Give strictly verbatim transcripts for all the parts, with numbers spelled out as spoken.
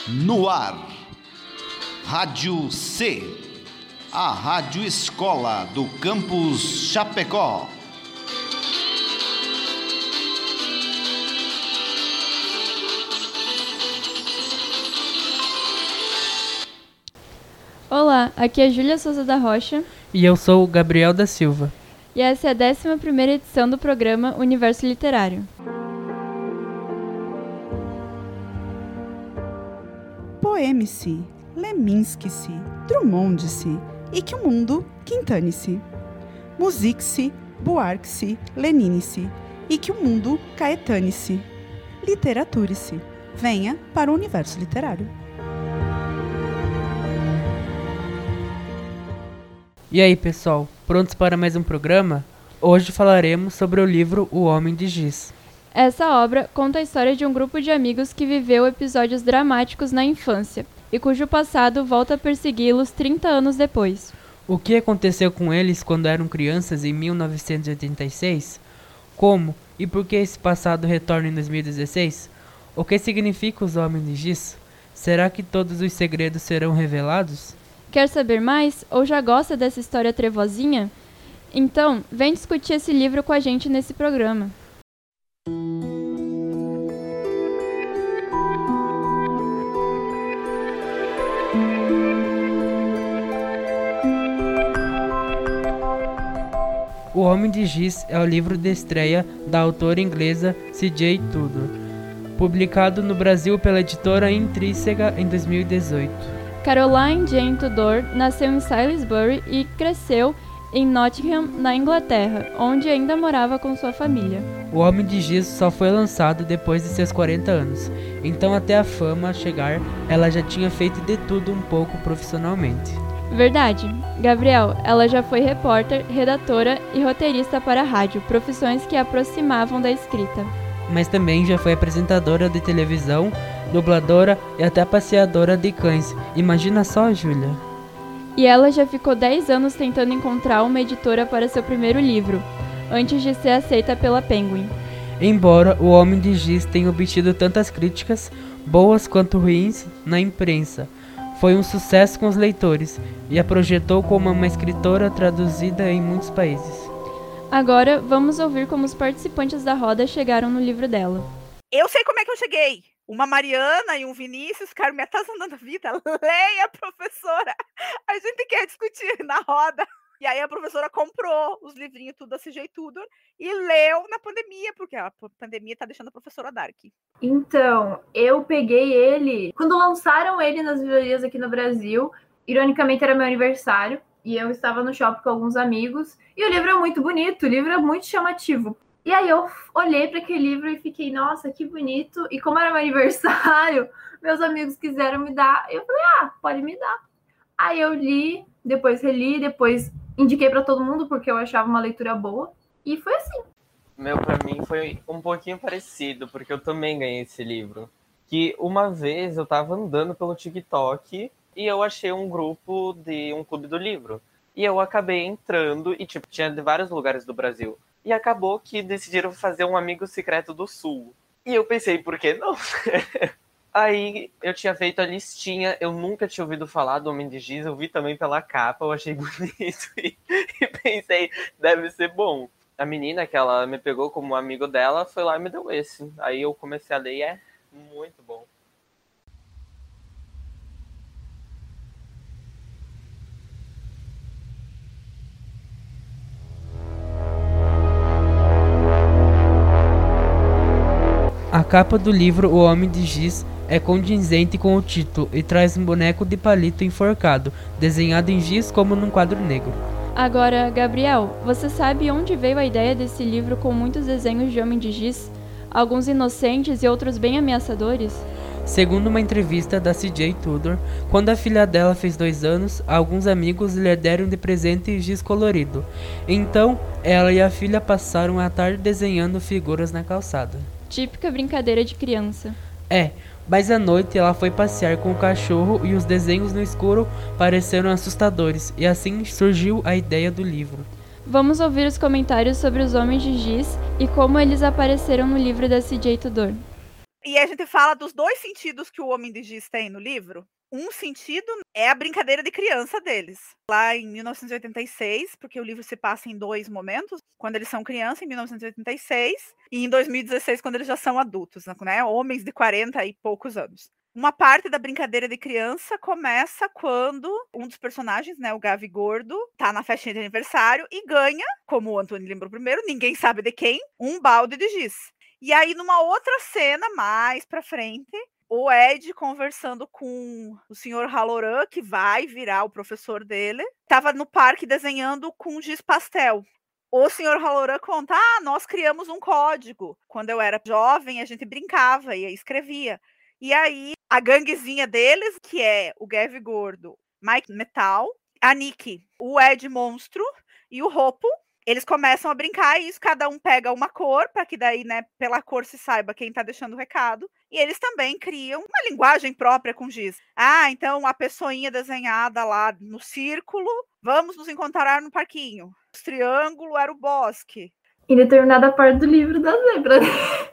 No ar, Rádio C, a Rádio Escola do Campus Chapecó. Olá, aqui é Júlia Souza da Rocha. E eu sou o Gabriel da Silva. E essa é a décima primeira edição do programa Universo Literário. Poeme-se, Leminski-se, Drummond-se, e que o mundo quintane-se. Musique-se, Buarque-se, Lenine-se, e que o mundo caetane-se. Literature-se, venha para o universo literário. E aí, pessoal, prontos para mais um programa? Hoje falaremos sobre o livro O Homem de Giz. Essa obra conta a história de um grupo de amigos que viveu episódios dramáticos na infância e cujo passado volta a persegui-los trinta anos depois. O que aconteceu com eles quando eram crianças em mil novecentos e oitenta e seis? Como e por que esse passado retorna em dois mil e dezesseis? O que significa os Homens de Giz? Será que todos os segredos serão revelados? Quer saber mais ou já gosta dessa história trevozinha? Então, vem discutir esse livro com a gente nesse programa. O Homem de Giz é o livro de estreia da autora inglesa C J Tudor, publicado no Brasil pela editora Intrínseca em dois mil e dezoito. Caroline Jane Tudor nasceu em Salisbury e cresceu em Nottingham, na Inglaterra, onde ainda morava com sua família. O Homem de Giz só foi lançado depois de seus quarenta anos, então até a fama chegar, ela já tinha feito de tudo um pouco profissionalmente. Verdade. Gabriel, ela já foi repórter, redatora e roteirista para a rádio, profissões que a aproximavam da escrita. Mas também já foi apresentadora de televisão, dubladora e até passeadora de cães. Imagina só, Júlia. E ela já ficou dez anos tentando encontrar uma editora para seu primeiro livro, antes de ser aceita pela Penguin. Embora O Homem de Giz tenha obtido tantas críticas, boas quanto ruins, na imprensa, foi um sucesso com os leitores e a projetou como uma escritora traduzida em muitos países. Agora, vamos ouvir como os participantes da roda chegaram no livro dela. Eu sei como é que eu cheguei. Uma Mariana e um Vinícius ficaram me atazanando a vida. Leia, professora. A gente quer discutir na roda. E aí a professora comprou os livrinhos tudo da C J Tudor e leu na pandemia, porque a pandemia tá deixando a professora dark. Então, eu peguei ele... Quando lançaram ele nas livrarias aqui no Brasil, ironicamente era meu aniversário, e eu estava no shopping com alguns amigos, e o livro é muito bonito, o livro é muito chamativo. E aí eu olhei para aquele livro e fiquei, nossa, que bonito. E como era meu aniversário, meus amigos quiseram me dar. Eu falei, ah, pode me dar. Aí eu li, depois reli, depois indiquei para todo mundo porque eu achava uma leitura boa. E foi assim. Meu, para mim foi um pouquinho parecido, porque eu também ganhei esse livro. Que uma vez eu tava andando pelo TikTok e eu achei um grupo de um clube do livro. E eu acabei entrando e, tipo, tinha de vários lugares do Brasil. E acabou que decidiram fazer um amigo secreto do Sul. E eu pensei, por que não? Aí eu tinha feito a listinha, eu nunca tinha ouvido falar do Homem de Giz, eu vi também pela capa, eu achei bonito e, e pensei, deve ser bom. A menina que ela me pegou como amigo dela foi lá e me deu esse. Aí eu comecei a ler e é muito bom. A capa do livro O Homem de Giz é condizente com o título e traz um boneco de palito enforcado, desenhado em giz como num quadro negro. Agora, Gabriel, você sabe onde veio a ideia desse livro com muitos desenhos de Homem de Giz? Alguns inocentes e outros bem ameaçadores? Segundo uma entrevista da C J Tudor, quando a filha dela fez dois anos, alguns amigos lhe deram de presente giz colorido. Então, ela e a filha passaram a tarde desenhando figuras na calçada. Típica brincadeira de criança. É, mas à noite ela foi passear com o cachorro e os desenhos no escuro pareceram assustadores, e assim surgiu a ideia do livro. Vamos ouvir os comentários sobre os Homens de Giz e como eles apareceram no livro da C J Tudor. E a gente fala dos dois sentidos que o Homem de Giz tem no livro. Um sentido é a brincadeira de criança deles. Lá em mil novecentos e oitenta e seis, porque o livro se passa em dois momentos. Quando eles são crianças, em mil novecentos e oitenta e seis. E em dois mil e dezesseis, quando eles já são adultos, né? Homens de quarenta e poucos anos. Uma parte da brincadeira de criança começa quando um dos personagens, né, o Gavi Gordo, tá na festinha de aniversário e ganha, como o Antônio lembrou primeiro, ninguém sabe de quem, um balde de giz. E aí, numa outra cena, mais pra frente, o Ed conversando com o senhor Halloran, que vai virar o professor dele, estava no parque desenhando com giz pastel. O senhor Halloran conta, ah, nós criamos um código. Quando eu era jovem, a gente brincava e escrevia. E aí, a ganguezinha deles, que é o Gavi Gordo, Mike Metal, a Nick, o Ed Monstro e o Ropo, eles começam a brincar e isso, cada um pega uma cor, para que daí, né, pela cor se saiba quem tá deixando o recado. E eles também criam uma linguagem própria com giz. Ah, então a pessoinha desenhada lá no círculo, vamos nos encontrar no parquinho. O triângulo era o bosque. Em determinada parte do livro das zebras.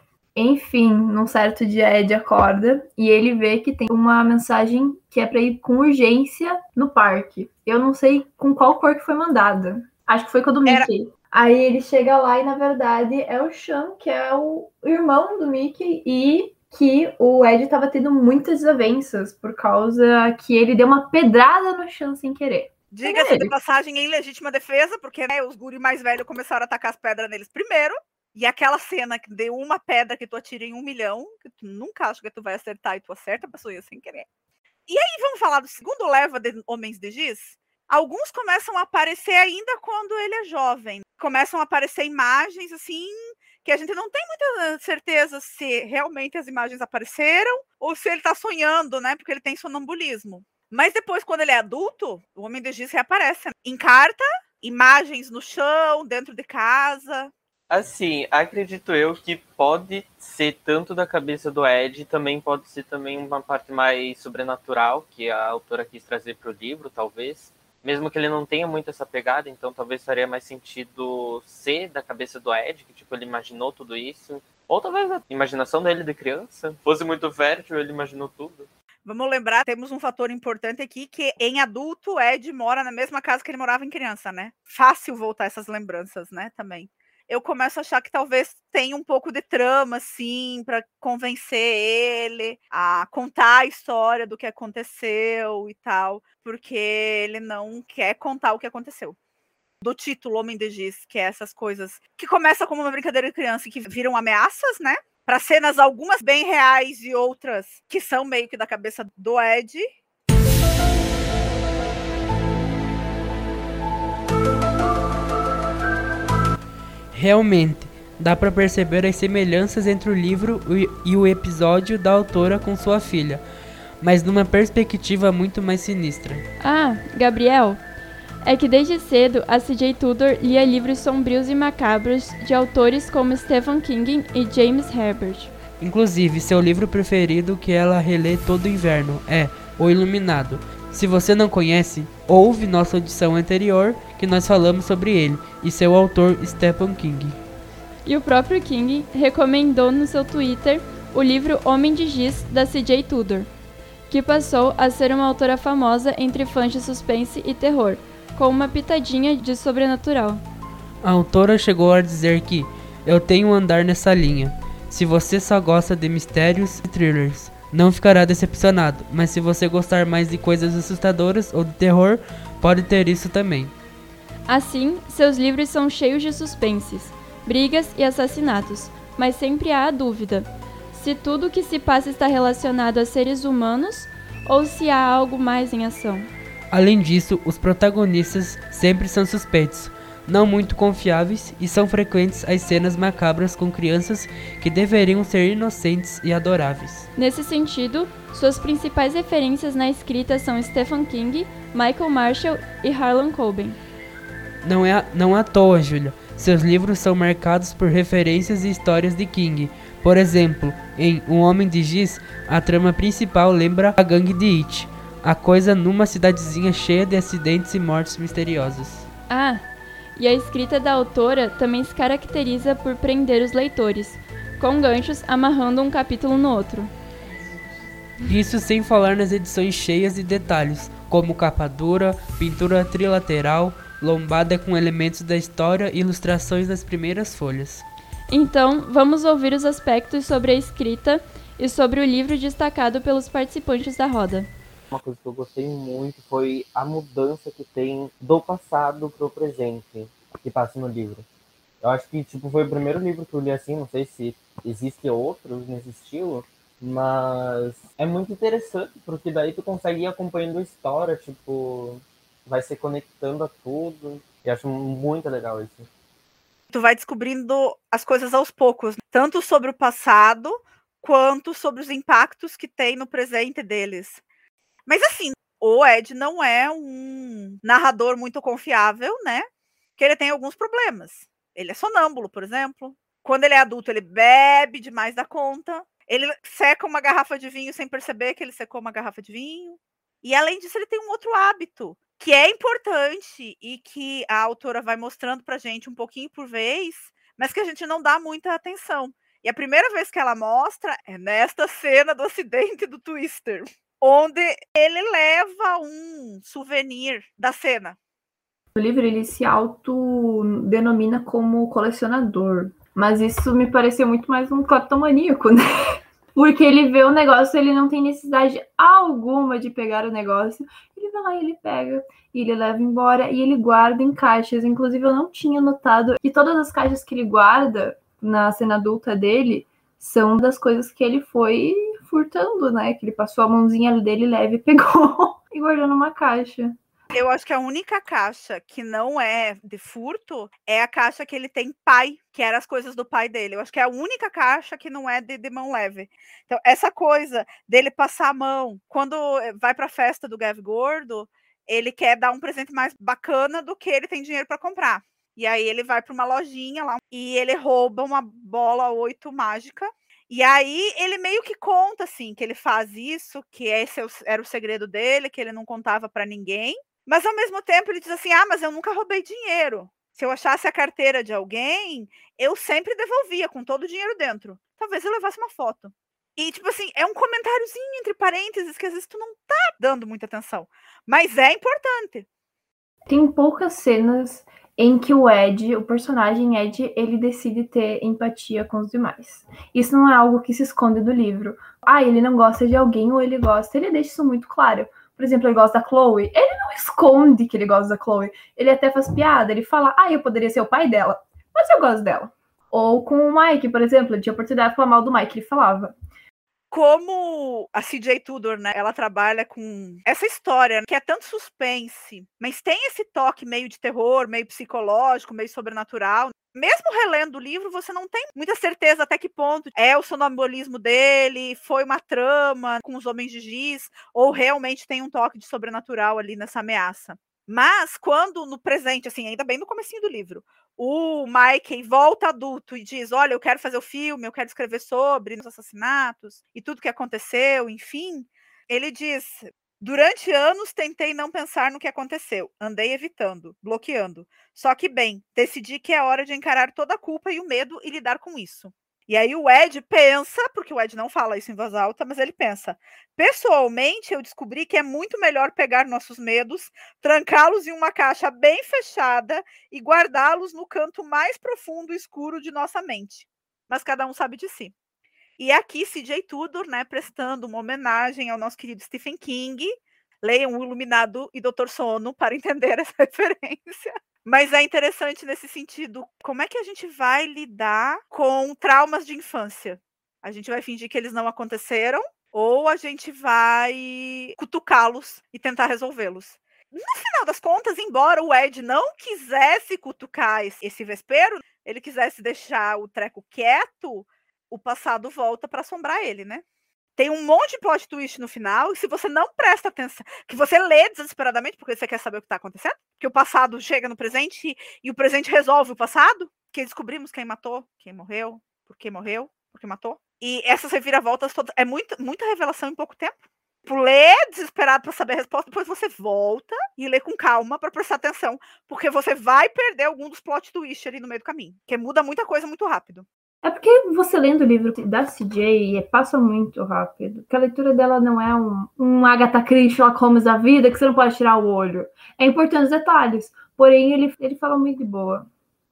Enfim, num certo dia Ed acorda e ele vê que tem uma mensagem que é para ir com urgência no parque. Eu não sei com qual cor que foi mandada. Acho que foi com a do Mickey. Era... Aí ele chega lá e, na verdade, é o Sean, que é o irmão do Mickey, e que o Ed estava tendo muitas desavenças por causa que ele deu uma pedrada no Sean sem querer. Diga-se de passagem em legítima defesa, porque, né, os guri mais velhos começaram a atacar as pedras neles primeiro. E aquela cena que deu uma pedra que tu atira em um milhão, que tu nunca acha que tu vai acertar e tu acerta a pessoa sem querer. E aí vamos falar do segundo leva de Homens de Giz? Alguns começam a aparecer ainda quando ele é jovem. Começam a aparecer imagens, assim, que a gente não tem muita certeza se realmente as imagens apareceram ou se ele tá sonhando, né? Porque ele tem sonambulismo. Mas depois, quando ele é adulto, o Homem de Giz reaparece. Né? Em carta, imagens no chão, dentro de casa. Assim, acredito eu que pode ser tanto da cabeça do Ed, também pode ser também uma parte mais sobrenatural, que a autora quis trazer para o livro, talvez. Mesmo que ele não tenha muito essa pegada, então talvez faria mais sentido ser da cabeça do Ed, que tipo, ele imaginou tudo isso. Ou talvez a imaginação dele de criança fosse muito fértil, ele imaginou tudo. Vamos lembrar, temos um fator importante aqui, que em adulto o Ed mora na mesma casa que ele morava em criança, né? Fácil voltar essas lembranças, né, também. Eu começo a achar que talvez tenha um pouco de trama, assim, para convencer ele a contar a história do que aconteceu e tal, porque ele não quer contar o que aconteceu. Do título Homem de Giz, que é essas coisas que começa como uma brincadeira de criança e que viram ameaças, né? Para cenas algumas bem reais e outras que são meio que da cabeça do Ed. Realmente, dá para perceber as semelhanças entre o livro e o episódio da autora com sua filha, mas numa perspectiva muito mais sinistra. Ah, Gabriel, é que desde cedo a C J Tudor lia livros sombrios e macabros de autores como Stephen King e James Herbert. Inclusive, seu livro preferido que ela relê todo inverno é O Iluminado. Se você não conhece, ouve nossa audição anterior que nós falamos sobre ele e seu autor Stephen King. E o próprio King recomendou no seu Twitter o livro Homem de Giz, da C J Tudor, que passou a ser uma autora famosa entre fãs de suspense e terror, com uma pitadinha de sobrenatural. A autora chegou a dizer que eu tenho um andar nessa linha. Se você só gosta de mistérios e thrillers, não ficará decepcionado, mas se você gostar mais de coisas assustadoras ou de terror, pode ter isso também. Assim, seus livros são cheios de suspenses, brigas e assassinatos, mas sempre há a dúvida se tudo o que se passa está relacionado a seres humanos ou se há algo mais em ação. Além disso, os protagonistas sempre são suspeitos, não muito confiáveis, e são frequentes as cenas macabras com crianças que deveriam ser inocentes e adoráveis. Nesse sentido, suas principais referências na escrita são Stephen King, Michael Marshall e Harlan Coben. Não é não à toa, Júlia. Seus livros são marcados por referências e histórias de King. Por exemplo, em Um Homem de Giz, a trama principal lembra a gangue de It, a coisa numa cidadezinha cheia de acidentes e mortes misteriosas. Ah, e a escrita da autora também se caracteriza por prender os leitores, com ganchos amarrando um capítulo no outro. Isso sem falar nas edições cheias de detalhes, como capa dura, pintura trilateral, lombada com elementos da história e ilustrações das primeiras folhas. Então, vamos ouvir os aspectos sobre a escrita e sobre o livro destacado pelos participantes da roda. Uma coisa que eu gostei muito foi a mudança que tem do passado pro presente, que passa no livro. Eu acho que tipo, foi o primeiro livro que eu li assim, não sei se existem outros nesse estilo, mas é muito interessante, porque daí tu consegue ir acompanhando a história, tipo, vai se conectando a tudo, e acho muito legal isso. Tu vai descobrindo as coisas aos poucos, tanto sobre o passado, quanto sobre os impactos que tem no presente deles. Mas assim, o Ed não é um narrador muito confiável, né? Porque ele tem alguns problemas. Ele é sonâmbulo, por exemplo. Quando ele é adulto, ele bebe demais da conta. Ele seca uma garrafa de vinho sem perceber que ele secou uma garrafa de vinho. E além disso, ele tem um outro hábito, que é importante e que a autora vai mostrando pra gente um pouquinho por vez, mas que a gente não dá muita atenção. E a primeira vez que ela mostra é nesta cena do acidente do Twister, onde ele leva um souvenir da cena. O livro ele se autodenomina como colecionador, mas isso me pareceu muito mais um cleptomaníaco, né? Porque ele vê o negócio, ele não tem necessidade alguma de pegar o negócio, ele vai lá e ele pega, e ele leva embora, e ele guarda em caixas. Inclusive, eu não tinha notado que todas as caixas que ele guarda na cena adulta dele são das coisas que ele foi furtando, né? Que ele passou a mãozinha dele leve e pegou e guardou numa caixa. Eu acho que a única caixa que não é de furto é a caixa que ele tem pai, que eram as coisas do pai dele. Eu acho que é a única caixa que não é de, de mão leve. Então, essa coisa dele passar a mão, quando vai pra festa do Gav Gordo, ele quer dar um presente mais bacana do que ele tem dinheiro para comprar. E aí ele vai para uma lojinha lá e ele rouba uma bola oito mágica. E aí ele meio que conta, assim, que ele faz isso, que esse era o segredo dele, que ele não contava para ninguém. Mas, ao mesmo tempo, ele diz assim, ah, mas eu nunca roubei dinheiro. Se eu achasse a carteira de alguém, eu sempre devolvia, com todo o dinheiro dentro. Talvez eu levasse uma foto. E, tipo assim, é um comentáriozinho entre parênteses que às vezes tu não tá dando muita atenção. Mas é importante. Tem poucas cenas em que o Ed, o personagem Ed, ele decide ter empatia com os demais. Isso não é algo que se esconde do livro. Ah, ele não gosta de alguém ou ele gosta, ele deixa isso muito claro. Por exemplo, ele gosta da Chloe, ele não esconde que ele gosta da Chloe. Ele até faz piada, ele fala, ah, eu poderia ser o pai dela, mas eu gosto dela. Ou com o Mike, por exemplo, ele tinha oportunidade de falar mal do Mike, ele falava. Como a C J Tudor, né, ela trabalha com essa história que é tanto suspense, mas tem esse toque meio de terror, meio psicológico, meio sobrenatural. Mesmo relendo o livro, você não tem muita certeza até que ponto é o sonambulismo dele, foi uma trama com os homens de giz, ou realmente tem um toque de sobrenatural ali nessa ameaça. Mas quando no presente, assim, ainda bem no comecinho do livro, o Mike volta adulto e diz, olha, eu quero fazer o filme, eu quero escrever sobre os assassinatos e tudo que aconteceu, enfim, ele diz, durante anos tentei não pensar no que aconteceu, andei evitando, bloqueando, só que bem, decidi que é hora de encarar toda a culpa e o medo e lidar com isso. E aí o Ed pensa, porque o Ed não fala isso em voz alta, mas ele pensa, pessoalmente eu descobri que é muito melhor pegar nossos medos, trancá-los em uma caixa bem fechada e guardá-los no canto mais profundo e escuro de nossa mente. Mas cada um sabe de si. E aqui C J Tudor, né, prestando uma homenagem ao nosso querido Stephen King. Leiam O Iluminado e doutor Sono para entender essa referência. Mas é interessante nesse sentido, como é que a gente vai lidar com traumas de infância? A gente vai fingir que eles não aconteceram ou a gente vai cutucá-los e tentar resolvê-los? No final das contas, embora o Ed não quisesse cutucar esse, esse vespeiro, ele quisesse deixar o treco quieto, o passado volta para assombrar ele, né? Tem um monte de plot twist no final, e se você não presta atenção, que você lê desesperadamente, porque você quer saber o que está acontecendo, que o passado chega no presente e, e o presente resolve o passado, que descobrimos quem matou, quem morreu, por que morreu, por que matou. E essas reviravoltas todas, é muita, muita revelação em pouco tempo. Lê desesperado para saber a resposta, depois você volta e lê com calma para prestar atenção, porque você vai perder algum dos plot twists ali no meio do caminho, que muda muita coisa muito rápido. É porque você lendo o livro da C J passa muito rápido. Porque a leitura dela não é um, um Agatha Christie, Sherlock Holmes da vida, que você não pode tirar o olho. É importante os detalhes. Porém, ele, ele fala muito de boa.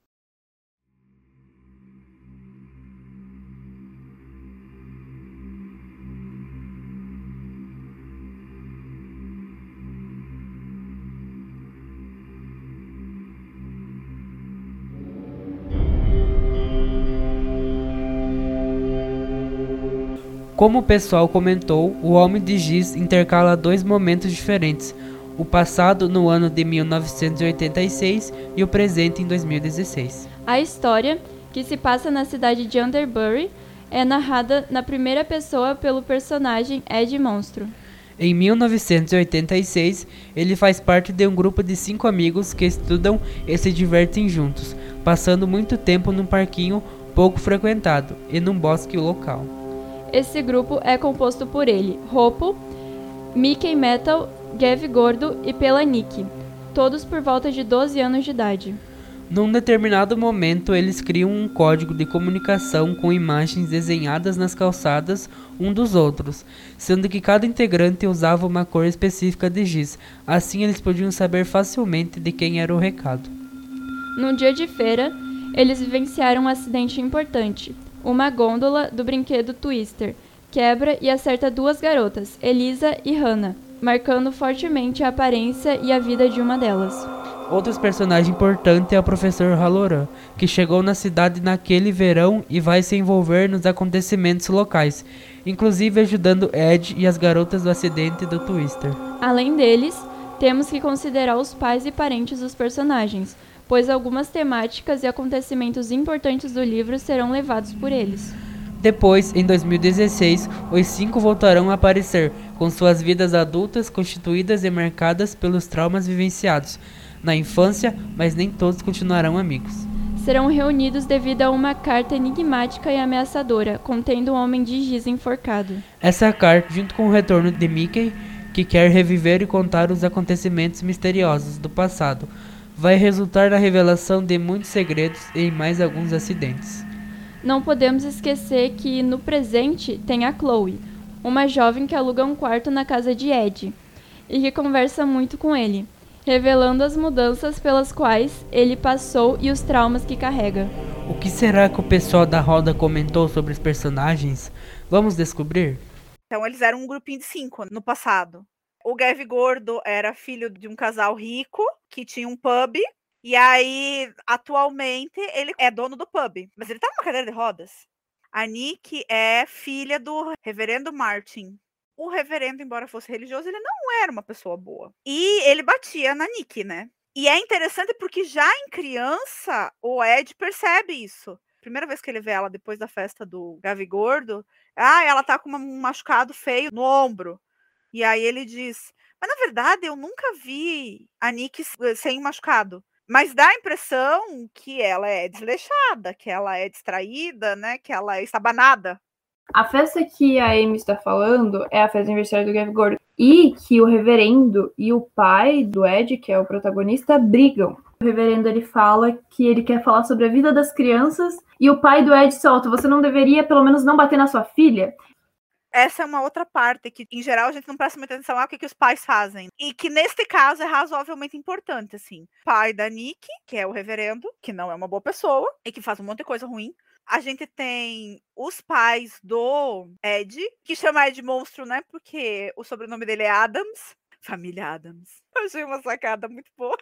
Como o pessoal comentou, O Homem de Giz intercala dois momentos diferentes, o passado no ano de mil novecentos e oitenta e seis e o presente em dois mil e dezesseis. A história, que se passa na cidade de Underbury, é narrada na primeira pessoa pelo personagem Ed Monstro. Em mil novecentos e oitenta e seis, ele faz parte de um grupo de cinco amigos que estudam e se divertem juntos, passando muito tempo num parquinho pouco frequentado e num bosque local. Esse grupo é composto por ele, Hopple, Mickey Metal, Gav Gordo e pela Nick, todos por volta de doze anos de idade. Num determinado momento, eles criam um código de comunicação com imagens desenhadas nas calçadas um dos outros, sendo que cada integrante usava uma cor específica de giz, assim eles podiam saber facilmente de quem era o recado. Num dia de feira, eles vivenciaram um acidente importante. Uma gôndola do brinquedo Twister quebra e acerta duas garotas, Elisa e Hannah, marcando fortemente a aparência e a vida de uma delas. Outro personagem importante é o professor Halloran, que chegou na cidade naquele verão e vai se envolver nos acontecimentos locais, inclusive ajudando Ed e as garotas do acidente do Twister. Além deles, temos que considerar os pais e parentes dos personagens, pois algumas temáticas e acontecimentos importantes do livro serão levados por eles. Depois, em dois mil e dezesseis, os cinco voltarão a aparecer, com suas vidas adultas constituídas e marcadas pelos traumas vivenciados na infância, mas nem todos continuarão amigos. Serão reunidos devido a uma carta enigmática e ameaçadora, contendo um homem de giz enforcado. Essa carta, junto com o retorno de Mickey, que quer reviver e contar os acontecimentos misteriosos do passado, vai resultar na revelação de muitos segredos e em mais alguns acidentes. Não podemos esquecer que, no presente, tem a Chloe, uma jovem que aluga um quarto na casa de Ed, e que conversa muito com ele, revelando as mudanças pelas quais ele passou e os traumas que carrega. O que será que o pessoal da roda comentou sobre os personagens? Vamos descobrir? Então, eles eram um grupinho de cinco no passado. O Gav Gordo era filho de um casal rico que tinha um pub. E aí, atualmente, ele é dono do pub. Mas ele tá numa cadeira de rodas. A Nick é filha do reverendo Martin. O reverendo, embora fosse religioso, ele não era uma pessoa boa. E ele batia na Nick, né? E é interessante porque já em criança, o Ed percebe isso. Primeira vez que ele vê ela depois da festa do Gav Gordo, ah, ela tá com um machucado feio no ombro. E aí ele diz, mas na verdade eu nunca vi a Nick sem machucado. Mas dá a impressão que ela é desleixada, que ela é distraída, né? Que ela é estabanada. A festa que a Amy está falando é a festa de aniversário do Gav Gordo. E que o reverendo e o pai do Ed, que é o protagonista, brigam. O reverendo ele fala que ele quer falar sobre a vida das crianças e o pai do Ed solta, você não deveria pelo menos não bater na sua filha? Essa é uma outra parte que, em geral, a gente não presta muita atenção ao que, que os pais fazem. E que, neste caso, é razoavelmente importante, assim. Pai da Nick, que é o reverendo, que não é uma boa pessoa e que faz um monte de coisa ruim. A gente tem os pais do Ed, que chama Ed Monstro, né? Porque o sobrenome dele é Adams. Família Adams. Eu achei uma sacada muito boa.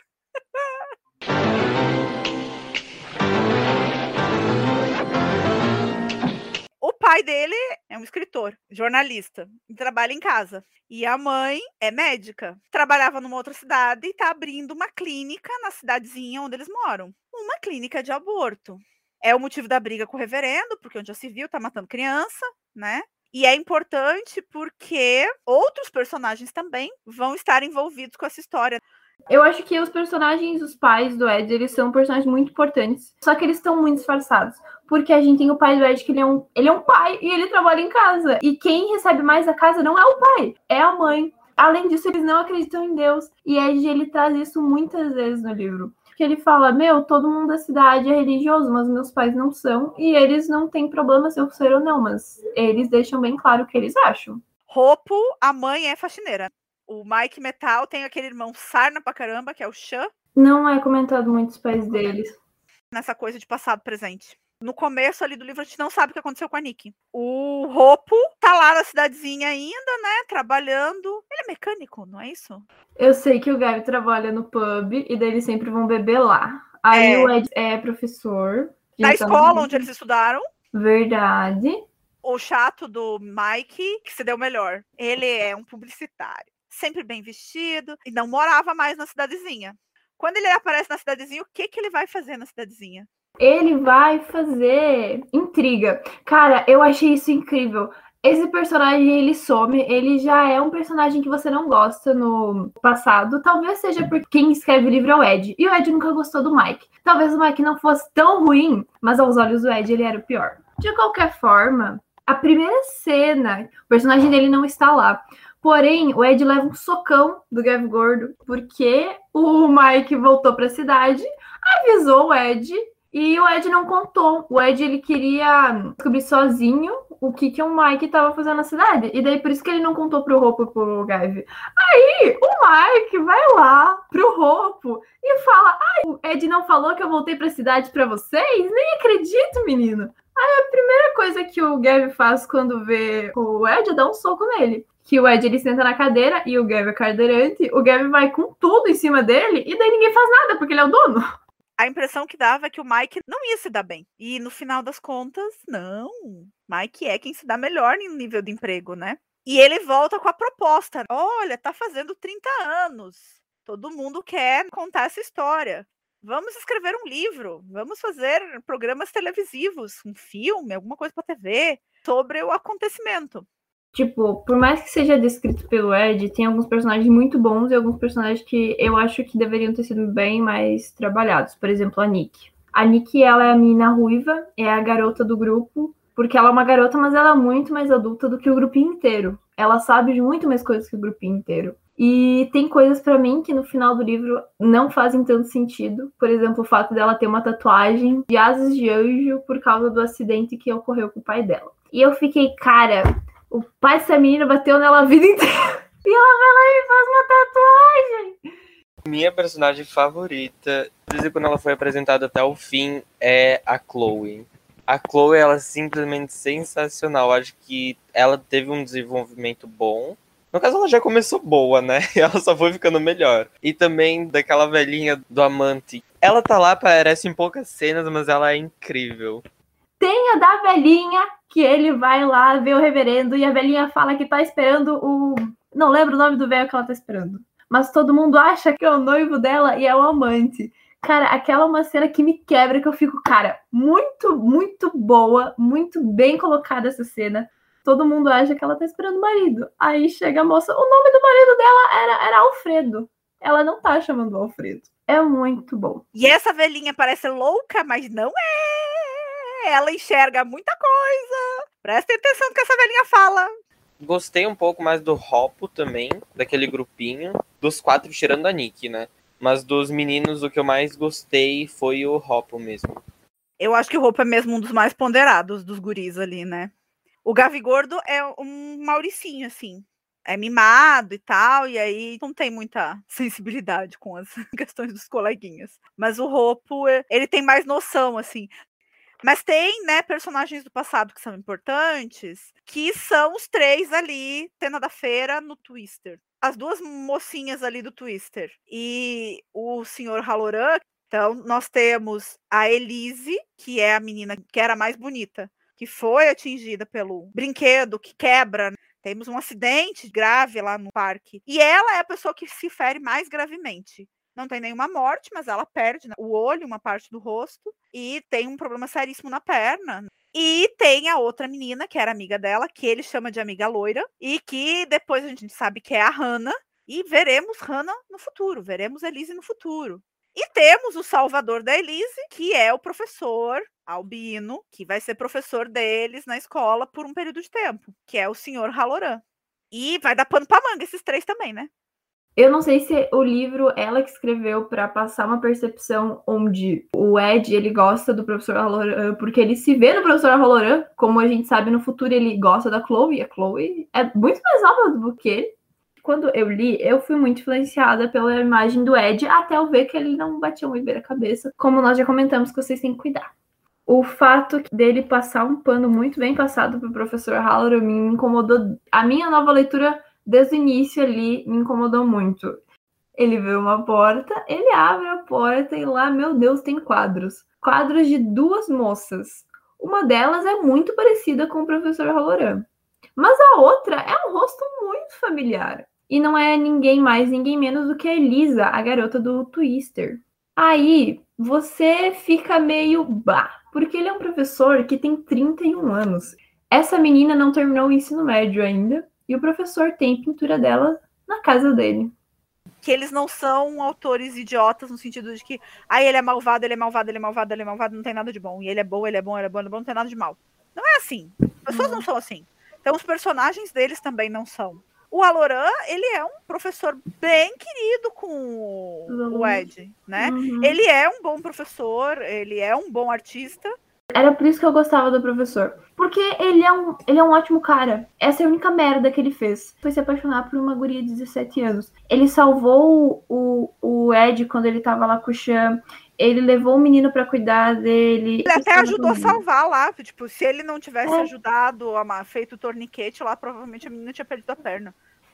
O pai dele é um escritor, jornalista, e trabalha em casa. E a mãe é médica, trabalhava numa outra cidade e está abrindo uma clínica na cidadezinha onde eles moram. Uma clínica de aborto. É o motivo da briga com o reverendo, porque onde já se viu, tá matando criança, né? E é importante porque outros personagens também vão estar envolvidos com essa história. Eu acho que os personagens, os pais do Ed, eles são personagens muito importantes. Só que eles estão muito disfarçados. Porque a gente tem o pai do Ed, que ele é, um, ele é um pai e ele trabalha em casa. E quem recebe mais a casa não é o pai, é a mãe. Além disso, eles não acreditam em Deus. E Ed, ele traz isso muitas vezes no livro. porque ele fala, meu, todo mundo da cidade é religioso, mas meus pais não são, e eles não têm problema se eu ser ou não, mas eles deixam bem claro o que eles acham. Hoppo, a mãe é faxineira. O Mike Metal tem aquele irmão sarna pra caramba, que é o Chan. Não é comentado muito os pais deles. Nessa coisa de passado presente. No começo ali do livro a gente não sabe o que aconteceu com a Nick. O Hoppo tá lá na cidadezinha ainda, né, trabalhando. Ele é mecânico, não é isso? Eu sei que o Gabi trabalha no pub e daí eles sempre vão beber lá. Aí É. o Ed é professor. Na então- escola onde eles estudaram. Verdade. O chato do Mike, que se deu melhor. Ele é um publicitário. Sempre bem vestido. E não morava mais na cidadezinha. Quando ele aparece na cidadezinha, o que, que ele vai fazer na cidadezinha? Ele vai fazer intriga. Cara, eu achei isso incrível. Esse personagem, ele some, ele já é um personagem que você não gosta no passado. Talvez seja porque quem escreve o livro é o Ed. E o Ed nunca gostou do Mike. Talvez o Mike não fosse tão ruim, mas aos olhos do Ed ele era o pior. De qualquer forma, a primeira cena, o personagem dele não está lá. Porém, o Ed leva um socão do Gav Gordo, porque o Mike voltou para a cidade, avisou o Ed, e o Ed não contou. O Ed, ele queria descobrir sozinho o que, que o Mike estava fazendo na cidade. E daí, por isso que ele não contou pro Hoppo e pro Gav. Aí, o Mike vai lá pro Hoppo e fala, ai, o Ed não falou que eu voltei para a cidade para vocês? Nem acredito, menino. Aí, a primeira coisa que o Gav faz quando vê o Ed é dar um soco nele. Que o Ed, ele senta na cadeira e o Gav é cadeirante. O Gav vai com tudo em cima dele e daí ninguém faz nada, porque ele é o dono. A impressão que dava é que o Mike não ia se dar bem. E no final das contas, não. Mike é quem se dá melhor no nível de emprego, né? E ele volta com a proposta. Olha, tá fazendo trinta anos. Todo mundo quer contar essa história. Vamos escrever um livro. Vamos fazer programas televisivos, um filme, alguma coisa pra T V, sobre o acontecimento. Tipo, por mais que seja descrito pelo Ed, tem alguns personagens muito bons e alguns personagens que eu acho que deveriam ter sido bem mais trabalhados. Por exemplo, a Nick. A Nick, ela é a menina ruiva, é a garota do grupo, porque ela é uma garota, mas ela é muito mais adulta do que o grupinho inteiro. Ela sabe de muito mais coisas que o grupinho inteiro. E tem coisas pra mim que no final do livro não fazem tanto sentido. Por exemplo, o fato dela ter uma tatuagem de asas de anjo por causa do acidente que ocorreu com o pai dela. E eu fiquei, cara... O pai dessa menina bateu nela a vida inteira. E ela vai lá e faz uma tatuagem. Minha personagem favorita, desde quando ela foi apresentada até o fim, é a Chloe. A Chloe, ela é simplesmente sensacional. Acho que ela teve um desenvolvimento bom. No caso, ela já começou boa, né? Ela só foi ficando melhor. E também daquela velhinha do amante. Ela tá lá, aparece em poucas cenas, mas ela é incrível. Tem a da velhinha, que ele vai lá ver o reverendo e a velhinha fala que tá esperando o... Não lembro o nome do velho que ela tá esperando. Mas todo mundo acha que é o noivo dela e é o amante. Cara, aquela é uma cena que me quebra, que eu fico, cara, muito, muito boa, muito bem colocada essa cena. Todo mundo acha que ela tá esperando o marido. Aí chega a moça, o nome do marido dela era, era Alfredo. Ela não tá chamando o Alfredo. É muito bom. E essa velhinha parece louca, mas não é. Ela enxerga muita coisa. Prestem atenção no que essa velhinha fala. Gostei um pouco mais do Hoppo também, daquele grupinho. Dos quatro, tirando a Nick, né? Mas dos meninos, o que eu mais gostei foi o Hoppo mesmo. Eu acho que o Hoppo é mesmo um dos mais ponderados dos guris ali, né? O Gavi Gordo é um Mauricinho, assim. É mimado e tal, e aí não tem muita sensibilidade com as questões dos coleguinhas. Mas o Hoppo, ele tem mais noção, assim. Mas tem, né, personagens do passado que são importantes, que são os três ali, cena da feira, no Twister. As duas mocinhas ali do Twister. E o senhor Halloran. Então, nós temos a Elise, que é a menina que era mais bonita, que foi atingida pelo brinquedo que quebra. Temos um acidente grave lá no parque. E ela é a pessoa que se fere mais gravemente. Não tem nenhuma morte, mas ela perde, né, o olho, uma parte do rosto, e tem um problema seríssimo na perna. E tem a outra menina, que era amiga dela, que ele chama de amiga loira, e que depois a gente sabe que é a Hannah, e veremos Hannah no futuro, veremos Elise no futuro. E temos o salvador da Elise, que é o professor Albino, que vai ser professor deles na escola por um período de tempo, que é o senhor Halloran. E vai dar pano pra manga esses três também, né? Eu não sei se o livro ela que escreveu para passar uma percepção onde o Ed ele gosta do professor Halloran porque ele se vê no professor Halloran, como a gente sabe no futuro ele gosta da Chloe, e a Chloe é muito mais nova do que ele. Quando eu li, eu fui muito influenciada pela imagem do Ed, até eu ver que ele não batia muito bem a cabeça, como nós já comentamos que vocês têm que cuidar. O fato dele passar um pano muito bem passado pro professor Halloran me incomodou. A minha nova leitura desde o início ali me incomodou muito. Ele vê uma porta, ele abre a porta e lá, meu Deus, tem quadros. Quadros de duas moças. Uma delas é muito parecida com o professor Halloran. Mas a outra é um rosto muito familiar. E não é ninguém mais, ninguém menos do que a Elisa, a garota do Twister. Aí, você fica meio bah, porque ele é um professor que tem trinta e um anos. Essa menina não terminou o ensino médio ainda. E o professor tem pintura dela na casa dele. Que eles não são autores idiotas no sentido de que ah, ele é malvado, ele é malvado, ele é malvado, ele é malvado, não tem nada de bom. E ele é bom, ele é bom, ele é bom, ele é bom, não tem nada de mal. Não é assim. As pessoas não são assim. Então os personagens deles também não são. O Halloran, ele é um professor bem querido com o Ed, né? Uhum. Ele é um bom professor, ele é um bom artista. Era por isso que eu gostava do professor. Porque ele é um, ele é um ótimo cara. Essa é a única merda que ele fez. Foi se apaixonar por uma guria de dezessete anos. Ele salvou o, o Ed quando ele tava lá com o Sean. Ele levou o menino pra cuidar dele. Ele até ajudou a salvar lá. Tipo, se ele não tivesse É. ajudado, a feito o torniquete lá, provavelmente a menina tinha perdido a perna.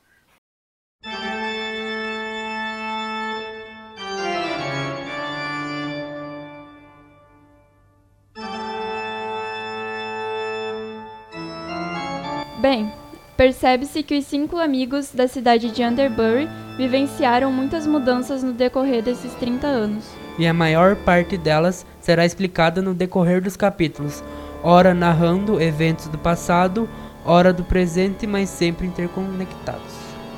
Bem, percebe-se que os cinco amigos da cidade de Underbury vivenciaram muitas mudanças no decorrer desses trinta anos. E a maior parte delas será explicada no decorrer dos capítulos, ora narrando eventos do passado, ora do presente, mas sempre interconectados.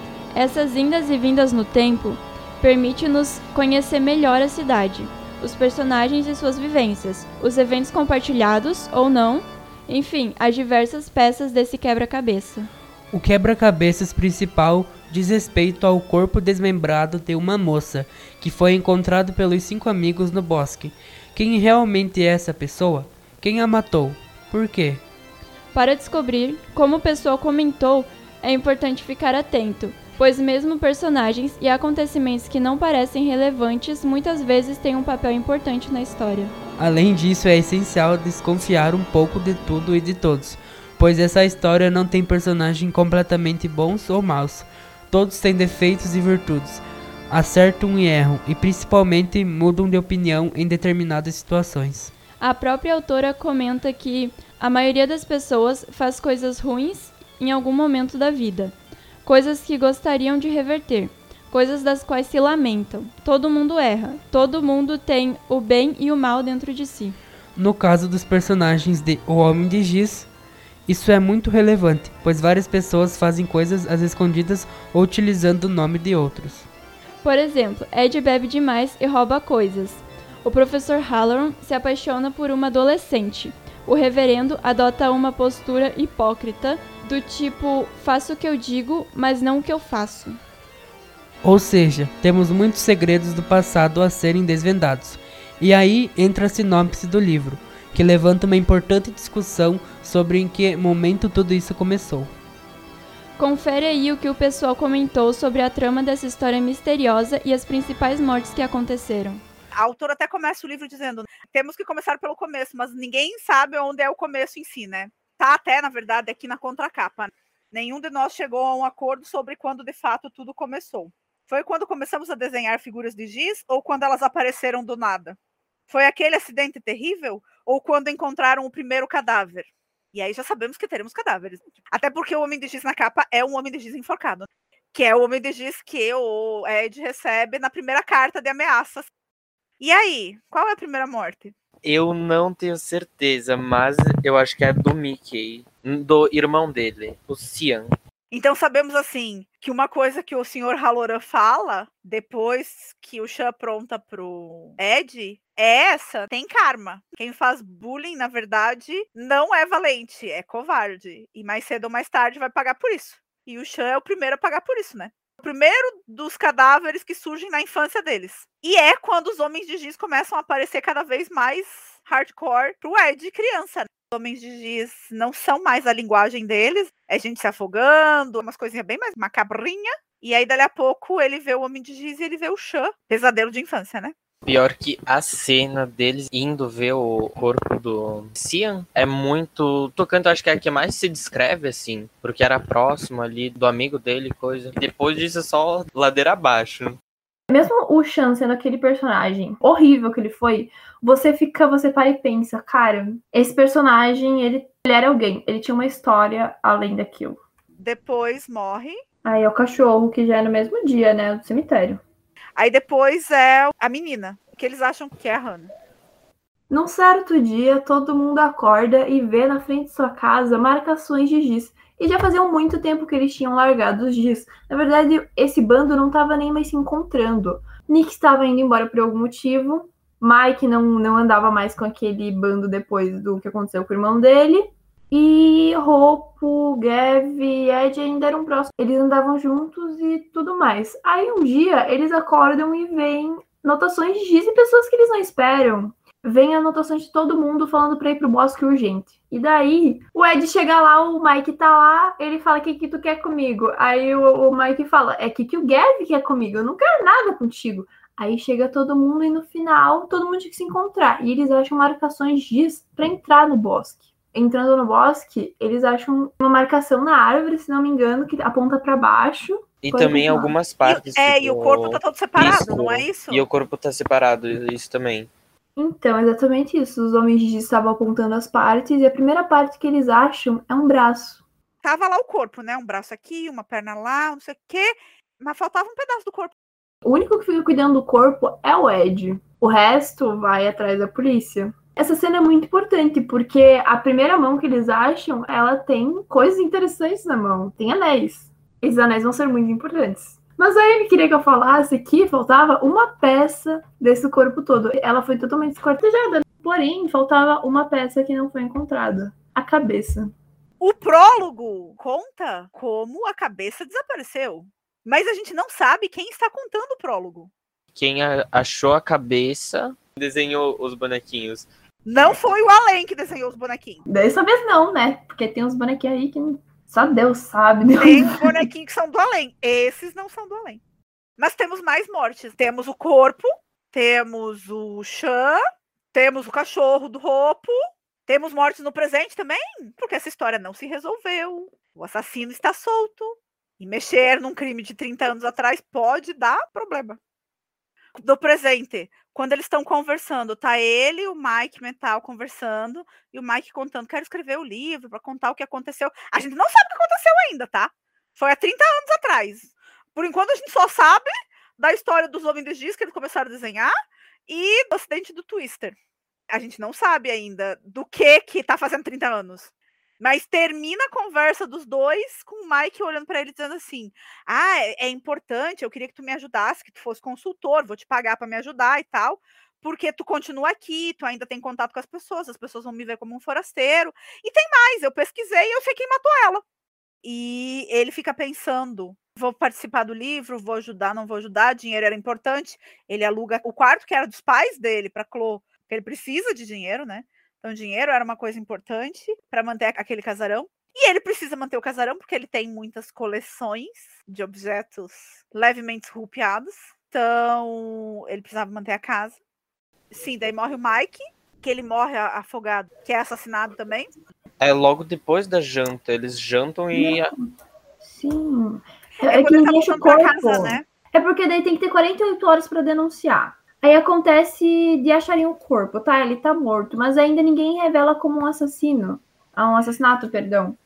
Essas indas e vindas no tempo permite-nos conhecer melhor a cidade, os personagens e suas vivências, os eventos compartilhados ou não, enfim, as diversas peças desse quebra-cabeça. O quebra-cabeças principal diz respeito ao corpo desmembrado de uma moça, que foi encontrado pelos cinco amigos no bosque. Quem realmente é essa pessoa? Quem a matou? Por quê? Para descobrir, como o pessoal comentou, é importante ficar atento, pois mesmo personagens e acontecimentos que não parecem relevantes muitas vezes têm um papel importante na história. Além disso, é essencial desconfiar um pouco de tudo e de todos, pois essa história não tem personagens completamente bons ou maus. Todos têm defeitos e virtudes, acertam e erram, e principalmente mudam de opinião em determinadas situações. A própria autora comenta que a maioria das pessoas faz coisas ruins em algum momento da vida, coisas que gostariam de reverter, coisas das quais se lamentam. Todo mundo erra, todo mundo tem o bem e o mal dentro de si. No caso dos personagens de O Homem de Giz, isso é muito relevante, pois várias pessoas fazem coisas às escondidas ou utilizando o nome de outros. Por exemplo, Ed bebe demais e rouba coisas. O professor Halloran se apaixona por uma adolescente. O reverendo adota uma postura hipócrita do tipo, faço o que eu digo, mas não o que eu faço. Ou seja, temos muitos segredos do passado a serem desvendados. E aí entra a sinopse do livro, que levanta uma importante discussão sobre em que momento tudo isso começou. Confere aí o que o pessoal comentou sobre a trama dessa história misteriosa e as principais mortes que aconteceram. A autora até começa o livro dizendo, temos que começar pelo começo, mas ninguém sabe onde é o começo em si, né? Tá até, na verdade, aqui na contracapa. Nenhum de nós chegou a um acordo sobre quando de fato tudo começou. Foi quando começamos a desenhar figuras de giz ou quando elas apareceram do nada? Foi aquele acidente terrível ou quando encontraram o primeiro cadáver? E aí já sabemos que teremos cadáveres. Até porque o Homem de Giz na capa é um Homem de Giz enforcado. Que é o Homem de Giz que o Ed recebe na primeira carta de ameaças. E aí, qual é a primeira morte? Eu não tenho certeza, mas eu acho que é do Mickey, do irmão dele, o Cian. Então sabemos assim, que uma coisa que o senhor Halloran fala, depois que o Sean apronta pro Ed, é essa, tem karma. Quem faz bullying, na verdade, não é valente, é covarde. E mais cedo ou mais tarde vai pagar por isso. E o Sean é o primeiro a pagar por isso, né? O primeiro dos cadáveres que surgem na infância deles. E é quando os homens de giz começam a aparecer cada vez mais hardcore pro Ed criança. Né? Os homens de giz não são mais a linguagem deles. É gente se afogando, umas coisinhas bem mais macabrinha. E aí, dali a pouco, ele vê o homem de giz e ele vê o Chan. Pesadelo de infância, né? Pior que a cena deles indo ver o corpo do Cian é muito tocante. Eu acho que é a que mais se descreve, assim, porque era próximo ali do amigo dele, coisa. E depois disso é só ladeira abaixo. Mesmo o Chan sendo aquele personagem horrível que ele foi, você fica, você para e pensa, cara, esse personagem, ele, ele era alguém, ele tinha uma história além daquilo. Depois morre. Aí é o cachorro, que já é no mesmo dia, né, do cemitério. Aí depois é a menina, que eles acham que é a Hannah. Num certo dia, todo mundo acorda e vê na frente de sua casa marcações de giz. E já fazia muito tempo que eles tinham largado os giz. Na verdade, esse bando não estava nem mais se encontrando. Nick estava indo embora por algum motivo. Mike não, não andava mais com aquele bando depois do que aconteceu com o irmão dele. E Hope, Gav e Ed ainda eram próximos. Eles andavam juntos e tudo mais. Aí um dia eles acordam e veem notações de giz e pessoas que eles não esperam. Vem anotações de todo mundo falando pra ir pro bosque urgente. E daí, o Ed chega lá, o Mike tá lá, ele fala, o que que tu quer comigo? Aí o, o Mike fala, é que que o Gav quer comigo, eu não quero nada contigo. Aí chega todo mundo e no final, todo mundo tinha que se encontrar. E eles acham marcações giz pra entrar no bosque. Entrando no bosque, eles acham uma marcação na árvore, se não me engano, que aponta pra baixo. E também algumas partes. E, é, tipo, e o corpo tá todo separado, isso, não é isso? E o corpo tá separado, isso também. Então, exatamente isso. Os homens de giz estavam apontando as partes e a primeira parte que eles acham é um braço. Tava lá o corpo, né? Um braço aqui, uma perna lá, não sei o quê. Mas faltava um pedaço do corpo. O único que fica cuidando do corpo é o Ed. O resto vai atrás da polícia. Essa cena é muito importante, porque a primeira mão que eles acham, ela tem coisas interessantes na mão. Tem anéis. Esses anéis vão ser muito importantes. Mas aí ele queria que eu falasse que faltava uma peça desse corpo todo. Ela foi totalmente esquartejada. Porém, faltava uma peça que não foi encontrada. A cabeça. O prólogo conta como a cabeça desapareceu. Mas a gente não sabe quem está contando o prólogo. Quem a- achou a cabeça desenhou os bonequinhos. Não foi o Allen que desenhou os bonequinhos. Dessa vez não, né? Porque tem uns bonequinhos aí que só Deus sabe. Deus Tem os bonequinhos que são do além. Esses não são do além. Mas temos mais mortes. Temos o corpo, temos o Chan, temos o cachorro do Hopo, temos mortes no presente também, porque essa história não se resolveu. O assassino está solto. E mexer num crime de trinta anos atrás pode dar problema. No presente, quando eles estão conversando, tá ele e o Mike mental conversando, e o Mike contando, quero escrever o livro para contar o que aconteceu. A gente não sabe o que aconteceu ainda, tá? Foi há trinta anos atrás. Por enquanto, a gente só sabe da história dos Homens de Giz, que eles começaram a desenhar, e do acidente do Twister. A gente não sabe ainda do que que tá fazendo trinta anos. Mas termina a conversa dos dois com o Mike olhando para ele dizendo assim, ah, é, é importante, eu queria que tu me ajudasse, que tu fosse consultor, vou te pagar para me ajudar e tal, porque tu continua aqui, tu ainda tem contato com as pessoas, as pessoas vão me ver como um forasteiro. E tem mais, eu pesquisei e eu sei quem matou ela. E ele fica pensando, vou participar do livro, vou ajudar, não vou ajudar, dinheiro era importante. Ele aluga o quarto que era dos pais dele para Chloe, porque ele precisa de dinheiro, né? Então, dinheiro era uma coisa importante para manter aquele casarão. E ele precisa manter o casarão porque ele tem muitas coleções de objetos levemente rupiados. Então, ele precisava manter a casa. Sim, daí morre o Mike, que ele morre afogado, que é assassinado também. É logo depois da janta. Eles jantam e... Sim. É, É, é que quando ele tá deixa o voltando pra corpo. casa, né? É porque daí tem que ter quarenta e oito horas pra denunciar. Aí acontece de acharem o corpo, tá? Ele tá morto, mas ainda ninguém revela como um assassino. Ah, um assassinato, perdão.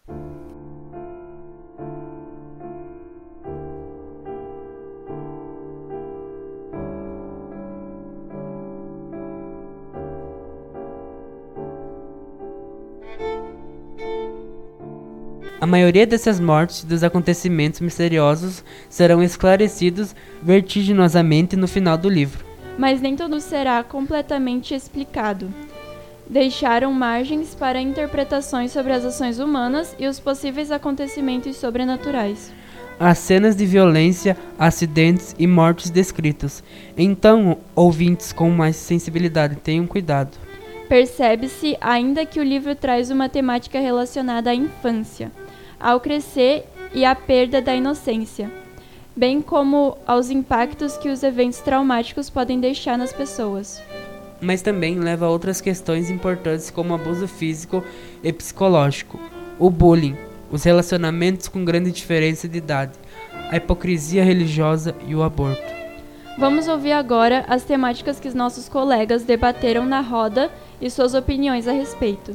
A maioria dessas mortes e dos acontecimentos misteriosos serão esclarecidos vertiginosamente no final do livro. Mas nem tudo será completamente explicado. Deixaram margens para interpretações sobre as ações humanas e os possíveis acontecimentos sobrenaturais. as cenas de violência, acidentes e mortes descritos. Então, ouvintes com mais sensibilidade, tenham cuidado. Percebe-se ainda que o livro traz uma temática relacionada à infância, ao crescer e à perda da inocência, bem como aos impactos que os eventos traumáticos podem deixar nas pessoas. Mas também leva a outras questões importantes como abuso físico e psicológico, o bullying, os relacionamentos com grande diferença de idade, a hipocrisia religiosa e o aborto. Vamos ouvir agora as temáticas que os nossos colegas debateram na roda e suas opiniões a respeito.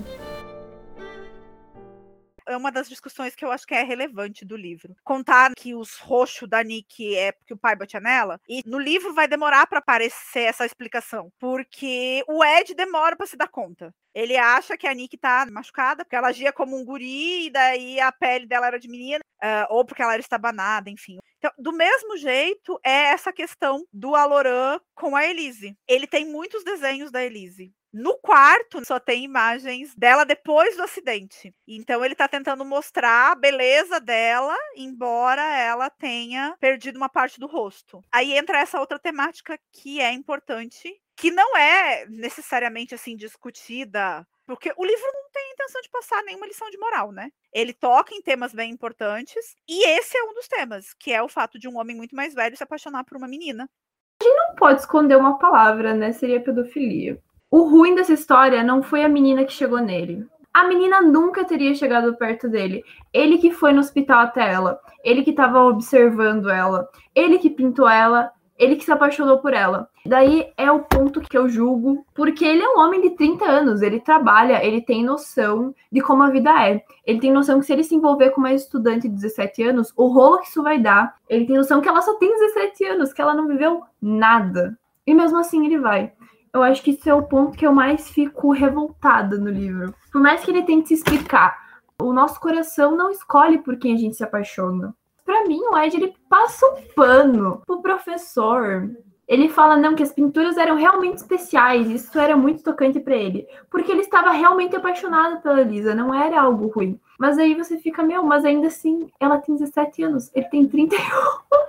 É uma das discussões que eu acho que é relevante do livro. Contar que os roxos da Nick é porque o pai batia nela, e no livro vai demorar para aparecer essa explicação, porque o Ed demora para se dar conta. Ele acha que a Nick tá machucada, porque ela agia como um guri, e daí a pele dela era de menina, uh, ou porque ela era estabanada, enfim. Então, do mesmo jeito, é essa questão do Aloran com a Elise. Ele tem muitos desenhos da Elise. No quarto, só tem imagens dela depois do acidente. Então, ele tá tentando mostrar a beleza dela, embora ela tenha perdido uma parte do rosto. Aí entra essa outra temática que é importante, que não é necessariamente assim discutida, porque o livro não tem intenção de passar nenhuma lição de moral, né? Ele toca em temas bem importantes, e esse é um dos temas, que é o fato de um homem muito mais velho se apaixonar por uma menina. A gente não pode esconder uma palavra, né? Seria pedofilia. O ruim dessa história não foi a menina que chegou nele. A menina nunca teria chegado perto dele. Ele que foi no hospital até ela. Ele que estava observando ela. Ele que pintou ela. Ele que se apaixonou por ela. Daí é o ponto que eu julgo, porque ele é um homem de trinta anos, ele trabalha, ele tem noção de como a vida é. Ele tem noção que se ele se envolver com uma estudante de dezessete anos, o rolo que isso vai dar. Ele tem noção que ela só tem dezessete anos, que ela não viveu nada. E mesmo assim ele vai. Eu acho que isso é o ponto que eu mais fico revoltada no livro. Por mais que ele tente se explicar, o nosso coração não escolhe por quem a gente se apaixona. Pra mim, o Ed, ele passa um pano pro professor. Ele fala, não, que as pinturas eram realmente especiais. Isso era muito tocante pra ele. Porque ele estava realmente apaixonado pela Lisa. Não era algo ruim. Mas aí você fica, meu, mas ainda assim, ela tem dezessete anos. Ele tem trinta e um.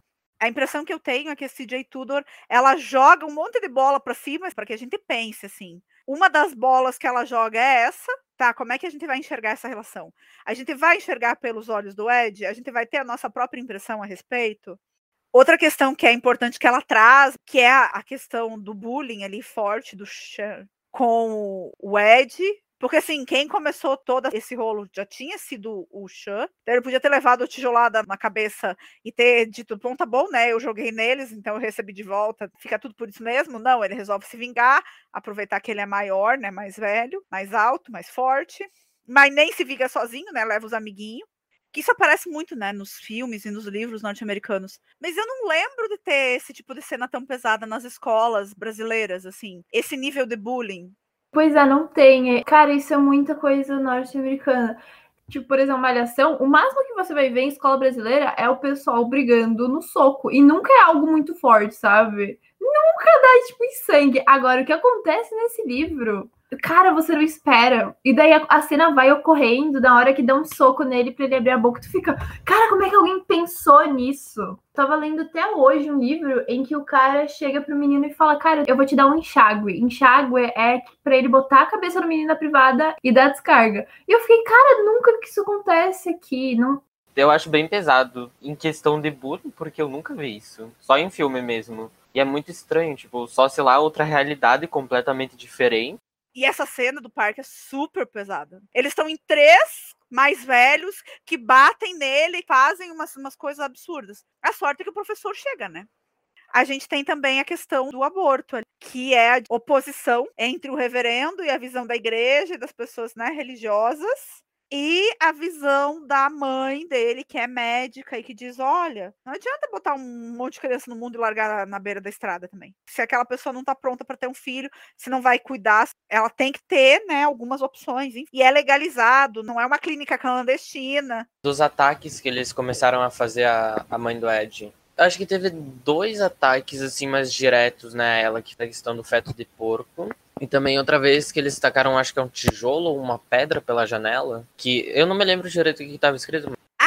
A impressão que eu tenho é que a C J Tudor, ela joga um monte de bola pra cima, para que a gente pense, assim. Uma das bolas que ela joga é essa. Tá, como é que a gente vai enxergar essa relação? A gente vai enxergar pelos olhos do Ed? A gente vai ter a nossa própria impressão a respeito? Outra questão que é importante que ela traz, que é a questão do bullying ali forte do Sean com o Ed. Porque, assim, quem começou todo esse rolo já tinha sido o Sean. Então, ele podia ter levado a tijolada na cabeça e ter dito, bom, tá bom, né? Eu joguei neles, então eu recebi de volta. Fica tudo por isso mesmo? Não, ele resolve se vingar, aproveitar que ele é maior, né? Mais velho, mais alto, mais forte. Mas nem se vinga sozinho, né? Leva os amiguinhos. Que isso aparece muito, né? Nos filmes e nos livros norte-americanos. Mas eu não lembro de ter esse tipo de cena tão pesada nas escolas brasileiras, assim. Esse nível de bullying. Pois é, não tem. Cara, isso é muita coisa norte-americana. Tipo, por exemplo, malhação, o máximo que você vai ver em escola brasileira é o pessoal brigando no soco. E nunca é algo muito forte, sabe? Nunca dá, tipo, em sangue. Agora, o que acontece nesse livro? Cara, você não espera. E daí a, a cena vai ocorrendo na hora que dá um soco nele pra ele abrir a boca. Tu fica, cara, como é que alguém pensou nisso? Tava lendo até hoje um livro em que o cara chega pro menino e fala, cara, eu vou te dar um enxágue. Enxágue é pra ele botar a cabeça no menino na privada e dar descarga. E eu fiquei, cara, nunca que isso acontece aqui. Não... Eu acho bem pesado em questão de bullying, porque eu nunca vi isso. Só em filme mesmo. E é muito estranho, tipo, só, sei lá, outra realidade completamente diferente. E essa cena do parque é super pesada. Eles estão em três mais velhos que batem nele e fazem umas, umas coisas absurdas. A sorte é que o professor chega, né? A gente tem também a questão do aborto, que é a oposição entre o reverendo e a visão da igreja e das pessoas, né, religiosas. E a visão da mãe dele, que é médica e que diz, olha, não adianta botar um monte de criança no mundo e largar na beira da estrada também. Se aquela pessoa não está pronta para ter um filho, se não vai cuidar, ela tem que ter, né, algumas opções. Enfim. E é legalizado, não é uma clínica clandestina. Dos ataques que eles começaram a fazer a, a mãe do Ed, eu acho que teve dois ataques assim mais diretos, né, ela, que tá questão do feto de porco. E também outra vez que eles tacaram, acho que é um tijolo ou uma pedra pela janela, que eu não me lembro direito o que estava escrito. A garota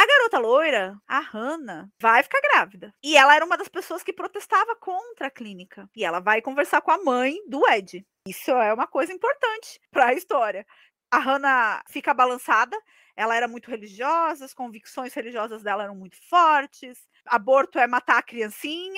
loira, a Hannah, vai ficar grávida. E ela era uma das pessoas que protestava contra a clínica. E ela vai conversar com a mãe do Ed. Isso é uma coisa importante para a história. A Hannah fica balançada. Ela era muito religiosa, as convicções religiosas dela eram muito fortes. Aborto é matar a criancinha,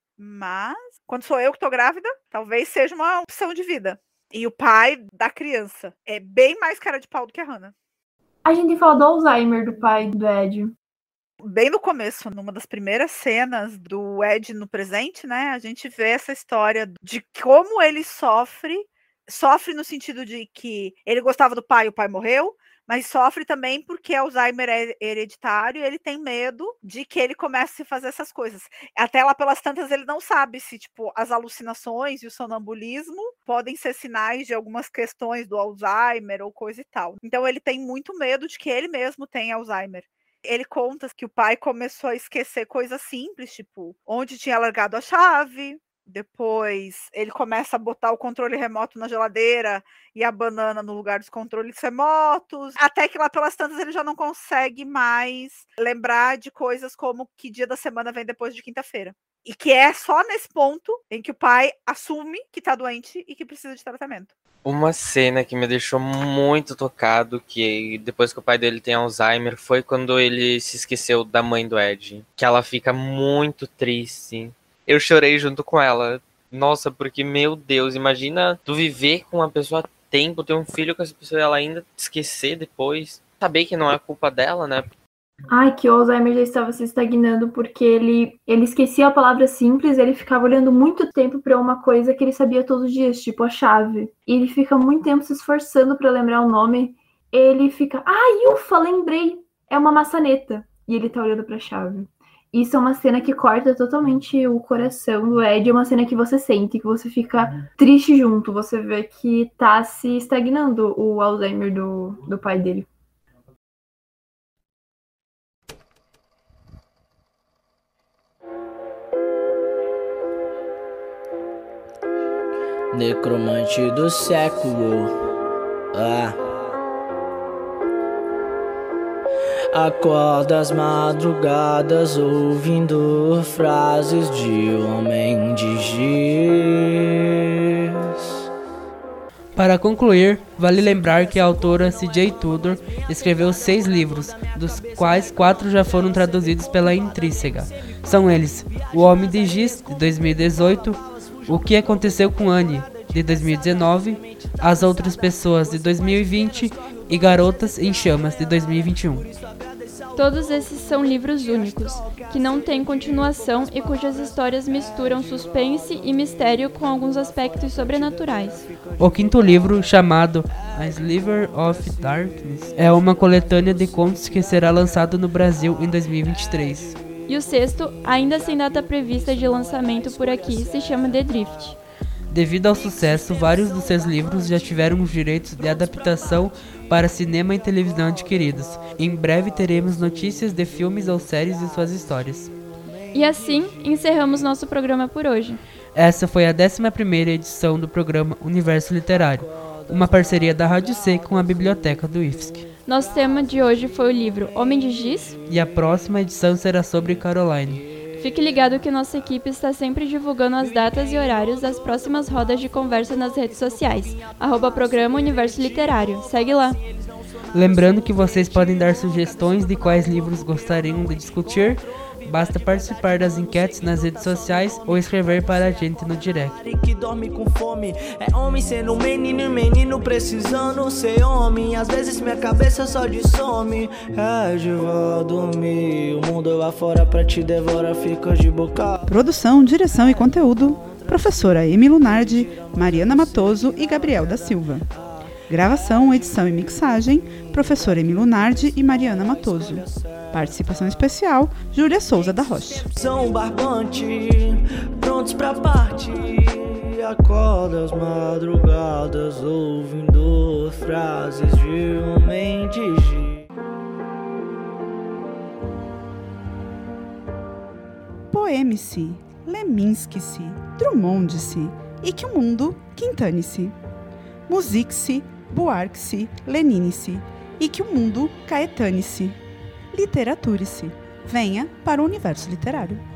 mas quando sou eu que tô grávida, talvez seja uma opção de vida. E o pai da criança é bem mais cara de pau do que a Hannah. A gente fala do Alzheimer do pai do Ed. Bem no começo, numa das primeiras cenas do Ed no presente, né? A gente vê essa história de como ele sofre. Sofre no sentido de que ele gostava do pai e o pai morreu, mas sofre também porque Alzheimer é hereditário e ele tem medo de que ele comece a fazer essas coisas. Até lá pelas tantas ele não sabe se tipo, as alucinações e o sonambulismo podem ser sinais de algumas questões do Alzheimer ou coisa e tal. Então ele tem muito medo de que ele mesmo tenha Alzheimer. Ele conta que o pai começou a esquecer coisas simples, tipo onde tinha largado a chave. Depois ele começa a botar o controle remoto na geladeira e a banana no lugar dos controles remotos, até que lá pelas tantas ele já não consegue mais lembrar de coisas como que dia da semana vem depois de quinta-feira. E que é só nesse ponto em que o pai assume que tá doente e que precisa de tratamento. Uma cena que me deixou muito tocado, que depois que o pai dele tem Alzheimer, foi quando ele se esqueceu da mãe do Ed. Que ela fica muito triste. Eu chorei junto com ela. Nossa, porque, meu Deus, imagina tu viver com uma pessoa há tempo, ter um filho com essa pessoa e ela ainda te esquecer depois. Saber que não é culpa dela, né? Ai, que o Alzheimer já estava se estagnando porque ele, ele esquecia a palavra simples, ele ficava olhando muito tempo para uma coisa que ele sabia todos os dias, tipo a chave. E ele fica muito tempo se esforçando para lembrar o nome. Ele fica, ai, ufa, lembrei, é uma maçaneta. E ele tá olhando para a chave. Isso é uma cena que corta totalmente o coração do Ed, é uma cena que você sente, que você fica triste junto, você vê que tá se estagnando o Alzheimer do, do pai dele. Necromante do século. Ah. Acorda às madrugadas ouvindo frases de homem de giz. Para concluir, vale lembrar que a autora C J Tudor escreveu seis livros, dos quais quatro já foram traduzidos pela Intrínseca. São eles O Homem de Giz, de dois mil e dezoito, O que Aconteceu com Annie, de dois mil e dezenove, As Outras Pessoas, de dois mil e vinte e Garotas em Chamas, de dois mil e vinte e um. Todos esses são livros únicos, que não têm continuação e cujas histórias misturam suspense e mistério com alguns aspectos sobrenaturais. O quinto livro, chamado A Sliver of Darkness, é uma coletânea de contos que será lançado no Brasil em dois mil e vinte e três. E o sexto, ainda sem data prevista de lançamento por aqui, se chama The Drift. Devido ao sucesso, vários dos seus livros já tiveram os direitos de adaptação para cinema e televisão adquiridos. Em breve teremos notícias de filmes ou séries e suas histórias. E assim, encerramos nosso programa por hoje. Essa foi a décima primeira edição do programa Universo Literário, uma parceria da Rádio C com a Biblioteca do I F S C. Nosso tema de hoje foi o livro Homem de Giz. E a próxima edição será sobre Caroline. Fique ligado que nossa equipe está sempre divulgando as datas e horários das próximas rodas de conversa nas redes sociais. Arroba Programa Universo Literário. Segue lá. Lembrando que vocês podem dar sugestões de quais livros gostariam de discutir. Basta participar das enquetes nas redes sociais ou escrever para a gente no direct. Que dorme com fome, é homem sendo menino e menino precisando ser homem. Às vezes minha cabeça só dissome. É de vó dormir, o mundo lá fora pra te devorar, fica de boca. Produção, direção e conteúdo, professora Emi Lunardi, Mariana Matoso e Gabriel da Silva. Gravação, edição e mixagem, professora Emi Lunardi e Mariana Matoso. Participação especial, Júlia Souza da Rocha. São barbante, prontos pra partir. Acorda às madrugadas ouvindo frases de homem de giz. Poeme-se, Leminski-se, Drummond-se e que o mundo quintane-se. Musique-se, Buarque-se, Lenine-se e que o mundo caetane-se. Literature-se. Venha para o universo literário.